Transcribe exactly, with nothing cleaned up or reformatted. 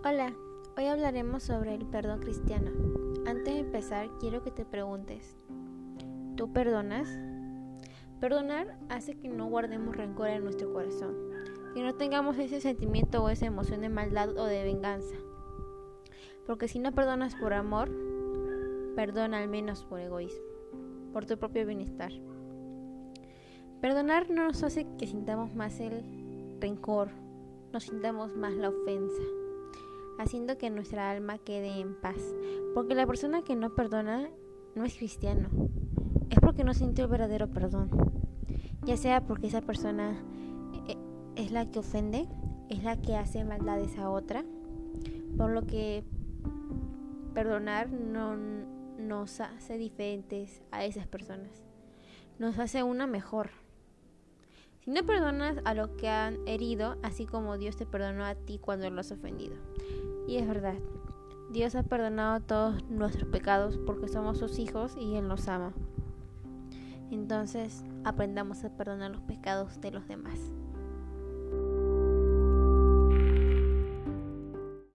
Hola, hoy hablaremos sobre el perdón cristiano. Antes de empezar, quiero que te preguntes, ¿tú perdonas? Perdonar hace que no guardemos rencor en nuestro corazón, que no tengamos ese sentimiento o esa emoción de maldad o de venganza. Porque si no perdonas por amor, perdona al menos por egoísmo, por tu propio bienestar. Perdonar no nos hace que sintamos más el rencor, nos sintamos más la ofensa, haciendo que nuestra alma quede en paz. Porque la persona que no perdona no es cristiano, es porque no sintió el verdadero perdón, ya sea porque esa persona es la que ofende, es la que hace maldades a otra, por lo que perdonar no nos hace diferentes a esas personas, nos hace una mejor. Si no perdonas a los que han herido, así como Dios te perdonó a ti cuando lo has ofendido. Y es verdad, Dios ha perdonado todos nuestros pecados porque somos sus hijos y Él nos ama. Entonces, aprendamos a perdonar los pecados de los demás.